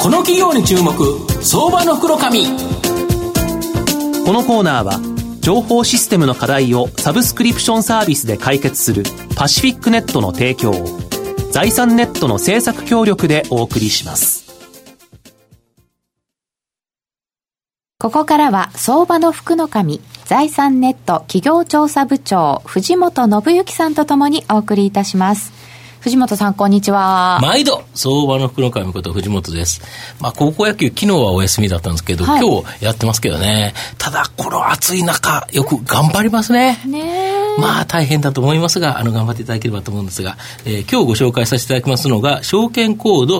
この企業に注目、相場の袋紙。 このコーナーは情報システムの課題をサブスクリプションサービスで解決するパシフィックネットの提供を財産ネットの制作協力でお送りします。 ここからは相場の福の神、財産ネット企業調査部長藤本信之さんとともにお送りいたします。藤本さん、こんにちは。 毎度相場の福の神こと藤本です。高校野球昨日はお休みだったんですけど、今日やってますけどね。ただこの暑い中よく頑張りますね。大変だと思いますが頑張っていただければと思うんですが、今日ご紹介させていただきますのが証券コード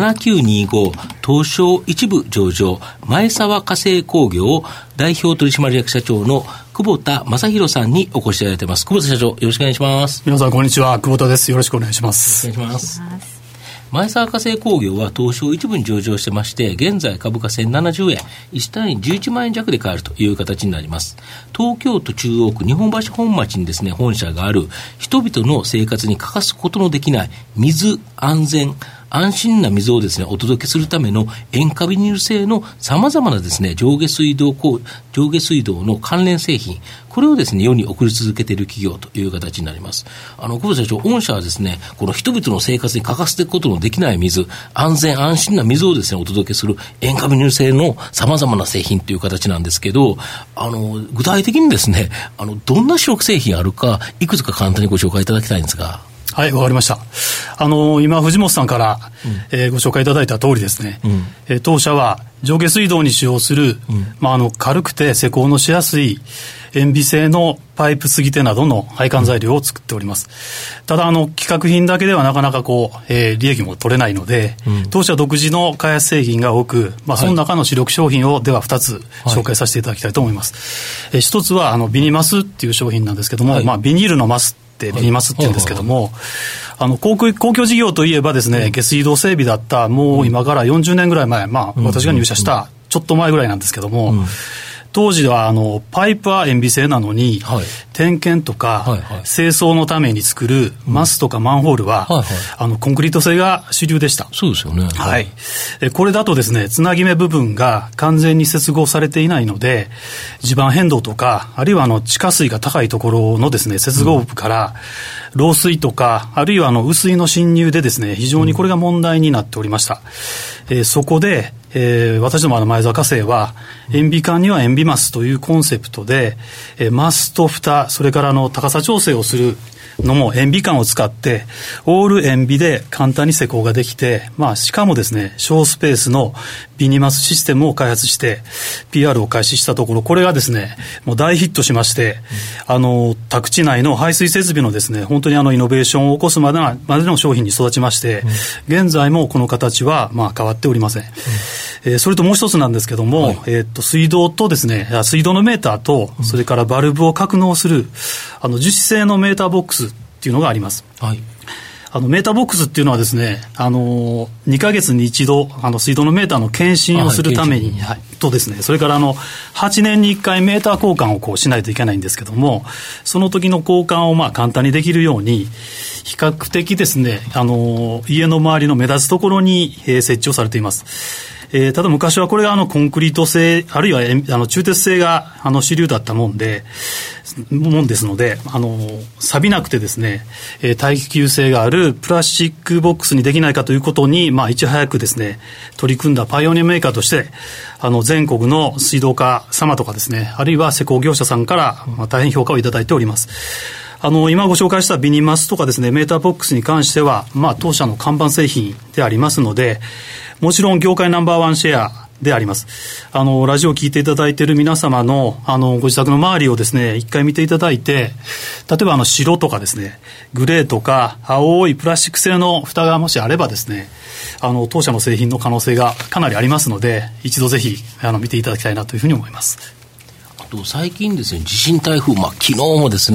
7925東証一部上場前沢化成工業代表取締役社長の久保田正宏さんにお越しいただいています。久保田社長、よろしくお願いします。 皆さんこんにちは、久保田です。よろしくお願いします。 お願いします。前沢化成工業は東証一部に上場してまして、現在株価1070円、1単位11万円弱で買えるという形になります。東京都中央区日本橋本町にですね、本社がある人々の生活に欠かすことのできない水、安全、安心な水をですね、お届けするための塩化ビニール製の様々なですね、上下水道の関連製品、これをですね、世に送り続けている企業という形になります。久保社長、御社はですね、この人々の生活に欠かすことのできない水、安全安心な水をですね、お届けする塩化ビニール製の様々な製品という形なんですけど、具体的にですね、どんな主力製品あるか、いくつか簡単にご紹介いただきたいんですが。 はい、わかりました。今藤本さんから、ご紹介いただいた通りですね、当社は上下水道に使用する、軽くて施工のしやすい塩ビ製のパイプ継ぎ手などの配管材料を作っております。ただ規格品だけではなかなか利益も取れないので、当社独自の開発製品が多く、その中の主力商品をでは2つ紹介させていただきたいと思います。一つはビニマスっていう商品なんですけども、ビニールのマスビニマスって言うんですけども、公共事業といえばですね、下水道整備だったもう今から40年ぐらい前、私が入社したちょっと前ぐらいなんですけども、当時はパイプは塩ビ製なのに、点検とか、清掃のために作るマスとかマンホールは、コンクリート製が主流でした。 そうですよね。 はい。これだとですね、つなぎ目部分が完全に接合されていないので、地盤変動とか、あるいは地下水が高いところのですね、接合部から漏水とか、あるいは雨水の侵入でですね、非常にこれが問題になっておりました。そこで私ども前沢化成は塩ビ管には塩ビマスというコンセプトで、マスと蓋、それから高さ調整をするのも塩ビ管を使ってオール塩ビで簡単に施工ができて、しかもですね、小スペースのビニマスシステムを開発して PR を開始したところ、これがですねもう大ヒットしまして、宅地内の排水設備のですね、本当にイノベーションを起こすまでの商品に育ちまして、現在もこの形は変わっておりません。それともう一つなんですけども、水道とですね、水道のメーターと、それからバルブを格納する樹脂製のメーターボックスっていうのがあります。メーターボックスっていうのはですね、2ヶ月に一度水道のメーターの検診をするために、とですね、それから8年に1回メーター交換をしないといけないんですけども、その時の交換を簡単にできるように比較的ですね、家の周りの目立つところに設置をされています。ただ昔はこれがコンクリート製あるいは鋳鉄製が主流だったもんですので、錆びなくてですね、耐久性があるプラスチックボックスにできないかということに、いち早くですね取り組んだパイオニアメーカーとして全国の水道課様とかですね、あるいは施工業者さんから大変評価をいただいております。今ご紹介したビニマスとかですね、メーターボックスに関しては、当社の看板製品でありますので、もちろん業界ナンバーワンシェアであります。ラジオを聞いていただいている皆様のご自宅の周りをですね、一回見ていただいて、例えば白とかですね、グレーとか青いプラスチック製の蓋がもしあればですね、当社の製品の可能性がかなりありますので、一度ぜひ見ていただきたいなというふうに思います。 最近ですね、地震台風、昨日もですね、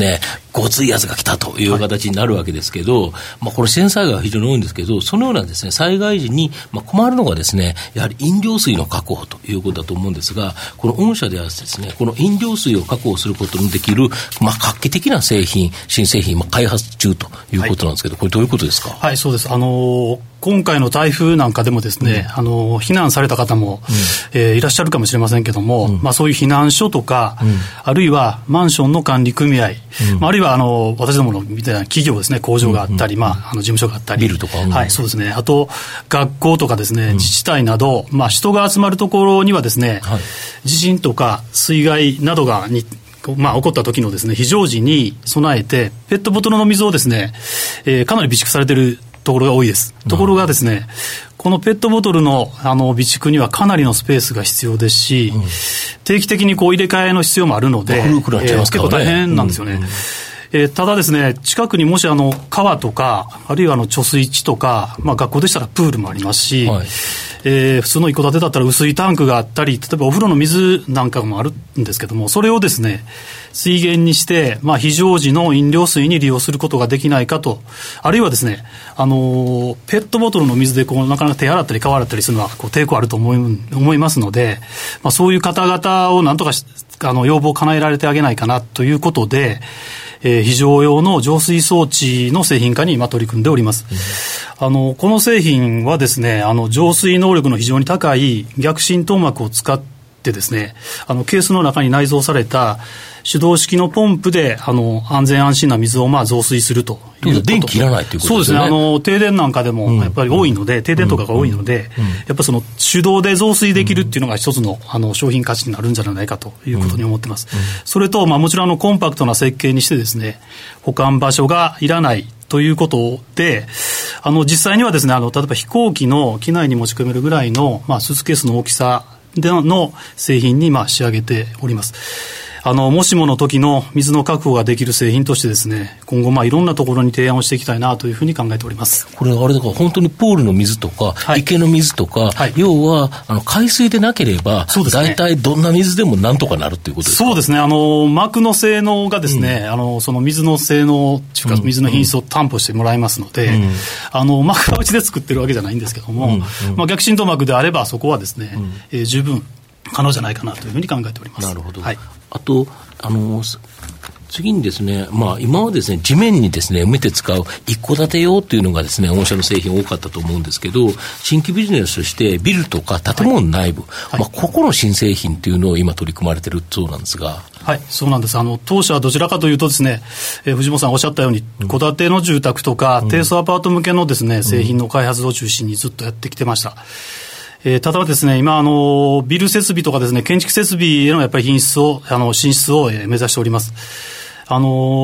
ごついやつが来たという形になるわけですけど、これ自然災害が非常に多いんですけど、そのようなですね、災害時に、困るのがですね、やはり飲料水の確保ということだと思うんですが、この御社ではですね、この飲料水を確保することのできる、画期的な製品、新製品、開発中ということなんですけど、これどういうことですか？ はい、そうです。今回の台風なんかでもですね、避難された方も、いらっしゃるかもしれませんけども、そういう避難所とか、あるいはマンションの管理組合、あるいは私どものみたいな企業ですね、工場があったり、事務所があったり、 ビルとか、 はい、そうですね。あと学校とかですね、自治体など、人が集まるところにはですね、地震とか水害などが起こった時のですね、非常時に備えてペットボトルの水をですね、かなり備蓄されているところが多いです。ところがですね、このペットボトルの備蓄にはかなりのスペースが必要ですし、定期的に入れ替えの必要もあるので、結構大変なんですよね。ただですね、近くにもし川とか、あるいは貯水池とか、学校でしたらプールもありますし、普通の一戸建てだったら薄いタンクがあったり、例えばお風呂の水なんかもあるんですけども、それをですね、水源にして、非常時の飲料水に利用することができないかと、あるいはですね、ペットボトルの水でなかなか手洗ったり顔洗ったりするのは抵抗あると思いますので、そういう方々をなんとか要望を叶えられてあげないかなということで、非常用の浄水装置の製品化に今取り組んでおります。この製品はですね、浄水能力の非常に高い逆浸透膜を使ってですね、ケースの中に内蔵された手動式のポンプで安全安心な水を増水するということ。 電気いらないということですね。 そうですね。停電なんかでもやっぱり多いので、停電とかが多いので、やっぱり手動で増水できるっていうのが一つの商品価値になるんじゃないかということに思ってます。それともちろんコンパクトな設計にしてですね、保管場所がいらないということで、実際にはですね、例えば飛行機の機内に持ち込めるぐらいのスーツケースの大きさでの製品に仕上げております。もしもの時の水の確保ができる製品としてですね、今後いろんなところに提案をしていきたいなというふうに考えております。 これあれだから本当にポールの水とか、池の水とか、要は海水でなければ、大体どんな水でもなんとかなるということですか？ そうですね。膜の性能がですね、その水の性能というか、水の品質を担保してもらいますので、膜はうちで作ってるわけじゃないんですけども、逆浸透膜であればそこはですね、十分可能じゃないかなというふうに考えております。 なるほど。あと次にですね、今はですね、地面にですね埋めて使う一戸建て用というのがですね、御社の製品多かったと思うんですけど、新規ビジネスとしてビルとか建物内部、ここの新製品というのを今取り組まれているそうなんですが。 はい、そうなんです。当社はどちらかというとですね、藤本さんおっしゃったように、戸建ての住宅とか、低層アパート向けのですね、製品の開発を中心にずっとやってきてました。ただですね、今ビル設備とかですね、建築設備へのやっぱり進出を目指しております。実は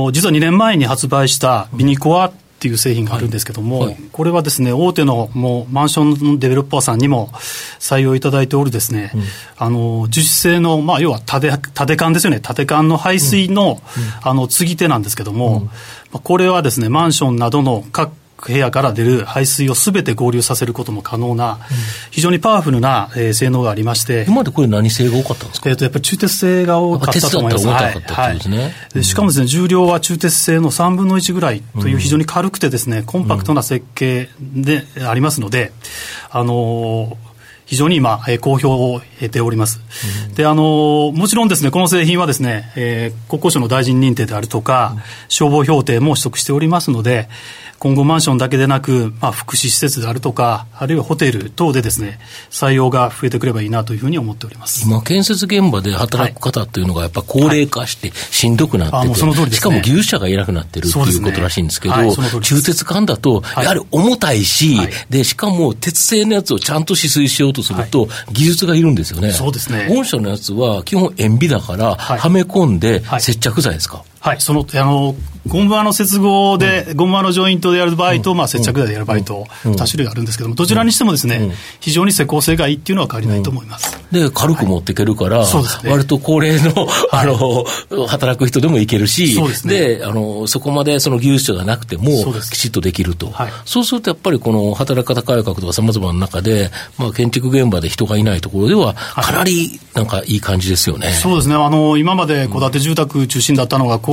2年前に発売したビニコアっていう製品があるんですけども、これはですね、大手のマンションのデベロッパーさんにも採用いただいておるですね、樹脂製の要は縦管ですよね、縦管の排水の継ぎ手なんですけども、これはですね、マンションなどの各部屋から出る排水をすべて合流させることも可能な、非常にパワフルな、性能がありまして。 今までこれ何製が多かったんですか？ やっぱり中鉄製が多かったと思います。 鉄だったら重たかったってことですね。 でしかもですね、重量は中鉄製の3分の1ぐらいという非常に軽くてですね、コンパクトな設計でありますので、非常に今、好評を得ております。で、もちろんですね、この製品はですね、国交省の大臣認定であるとか、消防評定も取得しておりますので、今後マンションだけでなく、福祉施設であるとか、あるいはホテル等でですね、採用が増えてくればいいなというふうに思っております。 今、建設現場で働く方というのがやっぱ高齢化してしんどくなってて、 その通りですね、 しかも技術者がいなくなってるということらしいんですけど、中鉄管だとやはり重たいし、で、しかも鉄製のやつをちゃんと止水しようとすると、技術がいるんですよね。 そうですね。 御社のやつは基本塩ビだから、はめ込んで接着剤ですか？ はい、ゴム輪の接合で、ゴム輪のジョイントでやる場合と、接着剤でやる場合と、2種類あるんですけども、どちらにしてもですね、非常に施工性がいいっていうのは変わりないと思います。 で、軽く持っていけるから、割と高齢の、働く人でもいけるし、で、そこまでその技術者がなくても、きちっとできると。そうするとやっぱりこの働き方改革とか様々な中で、建築現場で人がいないところでは、かなりなんかいい感じですよね。 そうですね。今まで戸建て住宅中心だったのが、こう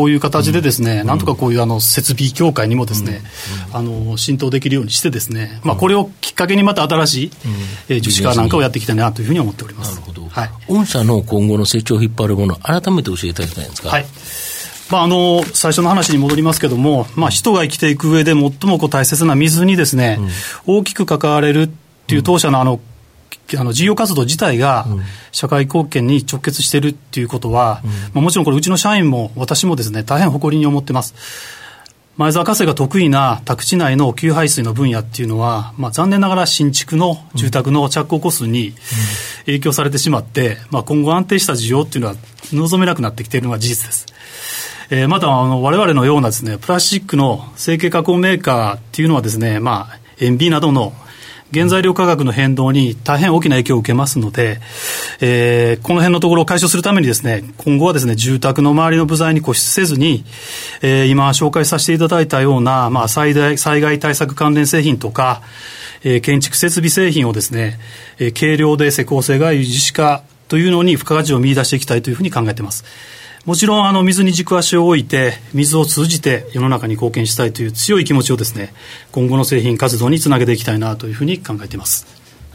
こういう形でですね、なんとかこういう設備協会にもですね、浸透できるようにしてですね、これをきっかけにまた新しい受資化なんかをやっていきたいなというふうに思っております。 なるほど。はい、御社の今後の成長を引っ張るもの、改めて教えていただきたいんですか。 はい。最初の話に戻りますけども、人が生きていく上で最も大切な水にですね、大きく関われるっていう当社の事業活動自体が社会貢献に直結しているっていうことは、もちろんこれうちの社員も私もですね、大変誇りに思ってます。前澤火星が得意な宅地内の給排水の分野っていうのは、残念ながら新築の住宅の着工戸数に影響されてしまって、今後安定した需要っていうのは望めなくなってきているのは事実です。また我々のようなですね、プラスチックの成形加工メーカーっていうのはですね、塩ビなどの原材料価格の変動に大変大きな影響を受けますので、この辺のところを解消するためにですね、今後はですね、住宅の周りの部材に固執せずに、今紹介させていただいたような、災害対策関連製品とか、建築設備製品をですね、軽量で施工性が有事化というのに付加価値を見出していきたいというふうに考えています。もちろん水に軸足を置いて水を通じて世の中に貢献したいという強い気持ちをですね、今後の製品活動につなげていきたいなというふうに考えています。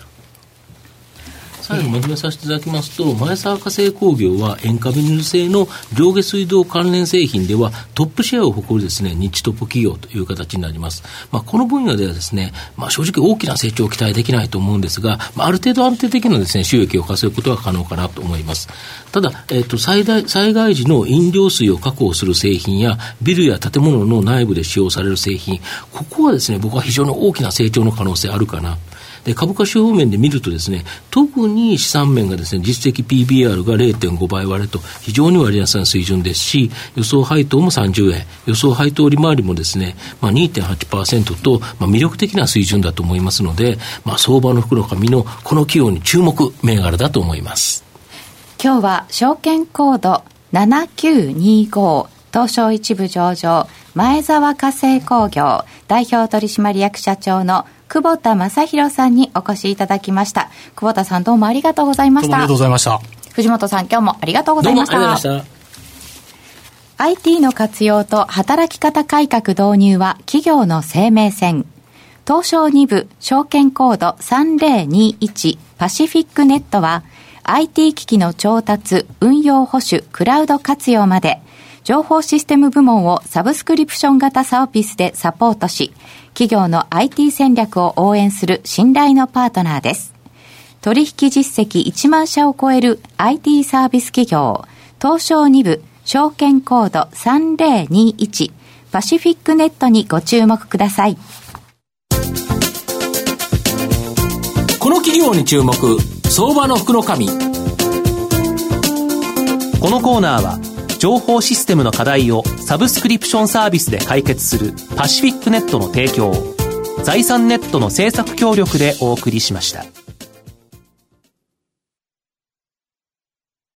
最後まとめさせていただきますと、前澤火星工業は塩化ビニル製の上下水道関連製品ではトップシェアを誇るですね、日トップ企業という形になります。この分野ではですね、正直大きな成長を期待できないと思うんですが、ある程度安定的なですね、収益を稼ぐことは可能かなと思います。ただ、災害時の飲料水を確保する製品やビルや建物の内部で使用される製品、ここはですね、僕は非常に大きな成長の可能性あるかな。で、株価指標面で見るとですね、特に資産面がですね、実績 PBR が 0.5 倍割れと非常に割安な水準ですし、予想配当も30円、予想配当利回りもですね、2.8% と、魅力的な水準だと思いますので、相場の福の神のこの企業に注目銘柄だと思います。 今日は証券コード7925東証一部上場前澤火星工業代表取締役社長の久保田正宏さんにお越しいただきました。久保田さん、どうもありがとうございました。 どうもありがとうございました。 藤本さん、今日もありがとうございました。 どうもありがとうございました。 IT の活用と働き方改革導入は企業の生命線。東証2部証券コード3021パシフィックネットは IT 機器の調達、運用保守、クラウド活用まで情報システム部門をサブスクリプション型サービスでサポートし、企業の IT 戦略を応援する信頼のパートナーです。取引実績1万社を超える IT サービス企業、東証2部証券コード3021パシフィックネットにご注目ください。 この企業に注目、相場の福の神。 このコーナーは情報システムの課題をサブスクリプションサービスで解決するパシフィックネットの提供、財産ネットの制作協力でお送りしました。